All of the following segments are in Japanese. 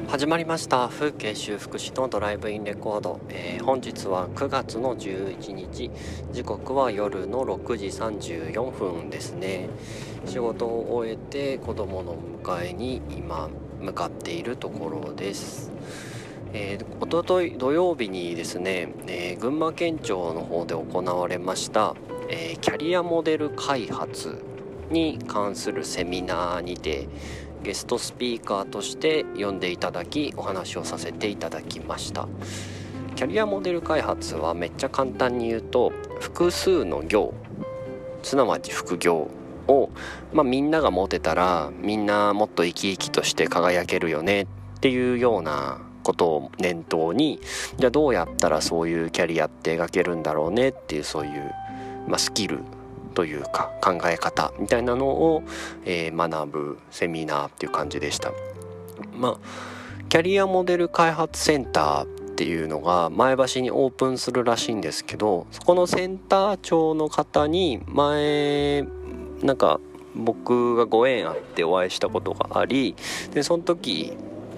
始まりました風景修復師のドライブインレコード、本日は9月の11日、時刻は夜の6時34分ですね。仕事を終えて子供の迎えに今向かっているところです。おととい土曜日にですね、群馬県庁の方で行われました、キャリアモデル開発に関するセミナーにてゲストスピーカーとして呼んでいただきお話をさせていただきました。キャリアモデル開発はめっちゃ簡単に言うと、複数の業、すなわち副業を、みんなが持てたらみんなもっと生き生きとして輝けるよねっていうようなことを念頭に、じゃあどうやったらそういうキャリアって描けるんだろうねっていう、そういう、スキルというか考え方みたいなのを、学ぶセミナーっていう感じでした。キャリアモデル開発センターっていうのが前橋にオープンするらしいんですけど、そこのセンター長の方に前僕がご縁あってお会いしたことがあり、でその時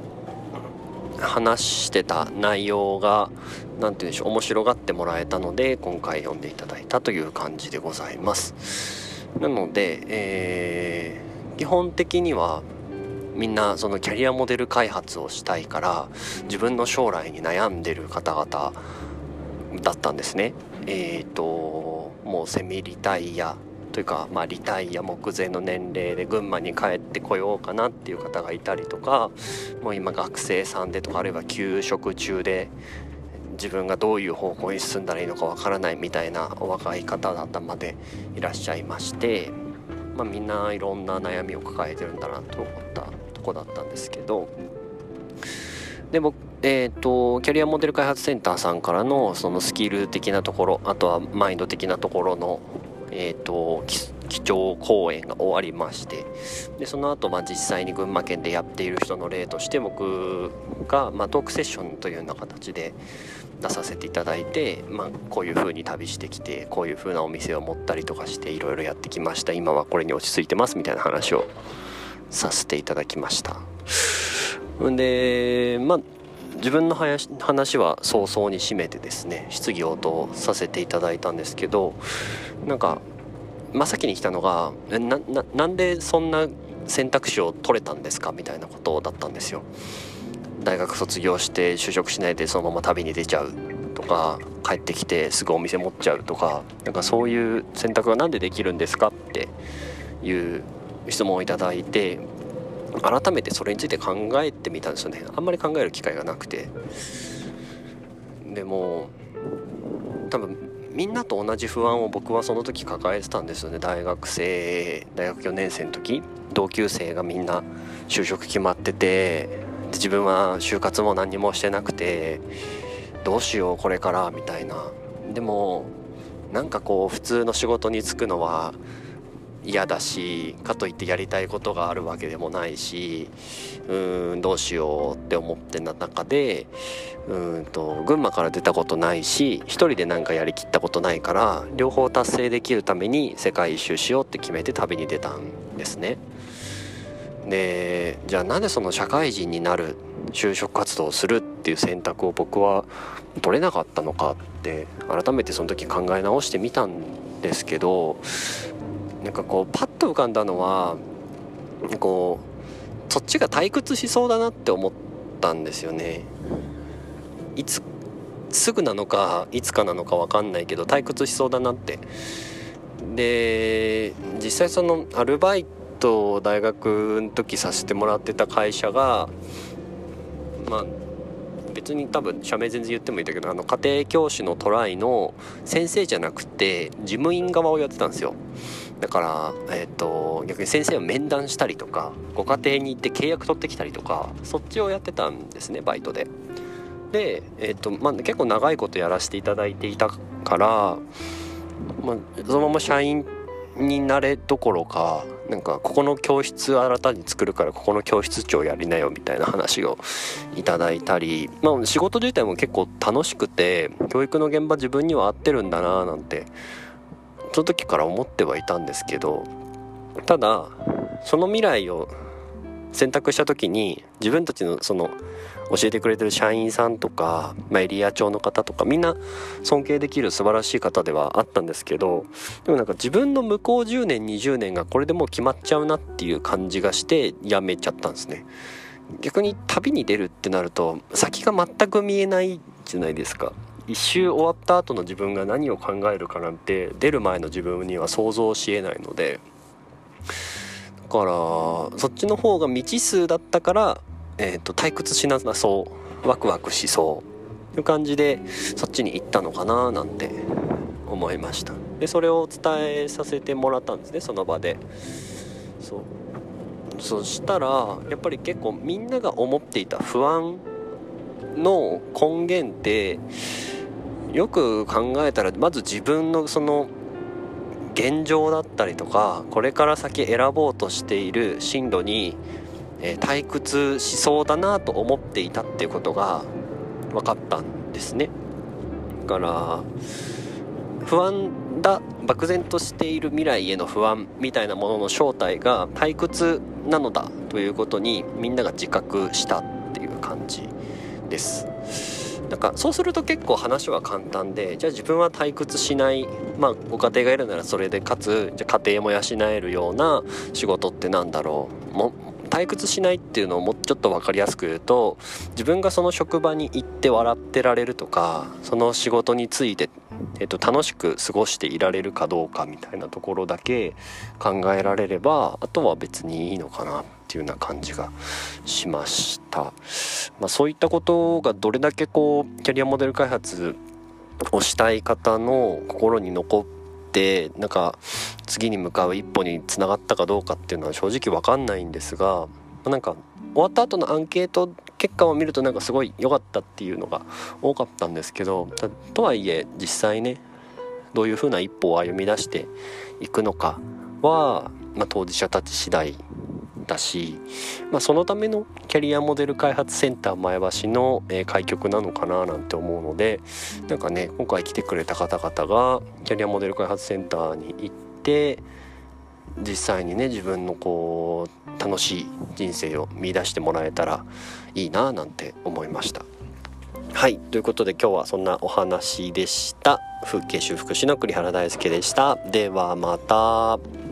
話してた内容がなんて言うんでしょう、面白がってもらえたので今回読んでいただいたという感じでございます。なので、基本的にはみんなそのキャリアモデル開発をしたいから自分の将来に悩んでる方々だったんですね。もうセミリタイアというか、リタイア目前の年齢で群馬に帰ってこようかなっていう方がいたりとか、もう今学生さんでとか、あるいは休職中で自分がどういう方向に進んだらいいのかわからないみたいなお若い方々までいらっしゃいまして、みんないろんな悩みを抱えてるんだなと思ったとこだったんですけど、で僕キャリアモデル開発センターさんからのそのスキル的なところ、あとはマインド的なところの基調講演が終わりまして、でその後実際に群馬県でやっている人の例として僕が、トークセッションというような形で出させていただいて、こういう風に旅してきてこういう風なお店を持ったりとかしていろいろやってきました、今はこれに落ち着いてますみたいな話をさせていただきました。で自分の話は早々に締めてですね、質疑応答させていただいたんですけど、真っ先に来たのがなんでそんな選択肢を取れたんですかみたいなことだったんですよ。大学卒業して就職しないでそのまま旅に出ちゃうとか、帰ってきてすぐお店持っちゃうとか、そういう選択がなんでできるんですかっていう質問をいただいて、改めてそれについて考えてみたんですよね。あんまり考える機会がなくて、でも多分みんなと同じ不安を僕はその時抱えてたんですよね。大学4年生の時、同級生がみんな就職決まってて、自分は就活も何もしてなくてどうしようこれからみたいな。でも普通の仕事に就くのは嫌だし、かといってやりたいことがあるわけでもないし、どうしようって思ってた中で、群馬から出たことないし一人でやりきったことないから、両方達成できるために世界一周しようって決めて旅に出たんですね。でじゃあなんでその社会人になる、就職活動をするっていう選択を僕は取れなかったのかって改めてその時考え直してみたんですけど、パッと浮かんだのはそっちが退屈しそうだなって思ったんですよね。すぐなのかいつかなのか分かんないけど退屈しそうだなって。で実際そのアルバイトを大学の時させてもらってた会社が別に多分社名全然言ってもいいんだけど、家庭教師のトライの先生じゃなくて事務員側をやってたんですよ。だから、逆に先生を面談したりとか、ご家庭に行って契約取ってきたりとか、そっちをやってたんですね、バイトで。で、結構長いことやらせていただいていたから、そのまま社員になれどころか、ここの教室新たに作るからここの教室長やりなよみたいな話をいただいたり、仕事自体も結構楽しくて、教育の現場自分には合ってるんだななんてその時から思ってはいたんですけど、ただその未来を選択した時に自分たちのその教えてくれてる社員さんとか、エリア長の方とかみんな尊敬できる素晴らしい方ではあったんですけど、でもなんか自分の向こう10年20年がこれでもう決まっちゃうなっていう感じがしてやめちゃったんですね。逆に旅に出るってなると先が全く見えないじゃないですか。一周終わった後の自分が何を考えるかなんて出る前の自分には想像しえないので、だからそっちの方が未知数だったから、退屈しなさそうワクワクしそうという感じでそっちに行ったのかななんて思いました。でそれを伝えさせてもらったんですね、その場で。そしたらやっぱり結構みんなが思っていた不安の根源ってよく考えたらまず自分のその現状だったりとかこれから先選ぼうとしている進路に退屈しそうだなと思っていたっていうことが分かったんですね。だから不安だ漠然としている未来への不安みたいなものの正体が退屈なのだということにみんなが自覚したっていう感じです。なんかそうすると結構話は簡単で、じゃあ自分は退屈しない、ご家庭がいるならそれでかつじゃあ家庭も養えるような仕事ってなんだろう、退屈しないっていうのをもうちょっと分かりやすく言うと、自分がその職場に行って笑ってられるとかその仕事について、楽しく過ごしていられるかどうかみたいなところだけ考えられればあとは別にいいのかなっていうような感じがしました。そういったことがどれだけこうキャリアモデル開発をしたい方の心に残ってなんか次に向かう一歩につながったかどうかっていうのは正直分かんないんですが、なんか終わった後のアンケート結果を見るとなんかすごい良かったっていうのが多かったんですけど、とはいえ実際ねどういう風な一歩を歩み出していくのかは、当事者たち次第だし、そのためのキャリアモデル開発センター前橋の開局なのかななんて思うので、なんかね今回来てくれた方々がキャリアモデル開発センターに行って実際にね自分のこう楽しい人生を見出してもらえたらいいななんて思いました。はい、ということで今日はそんなお話でした。風景修復師の栗原大輔でした。ではまた。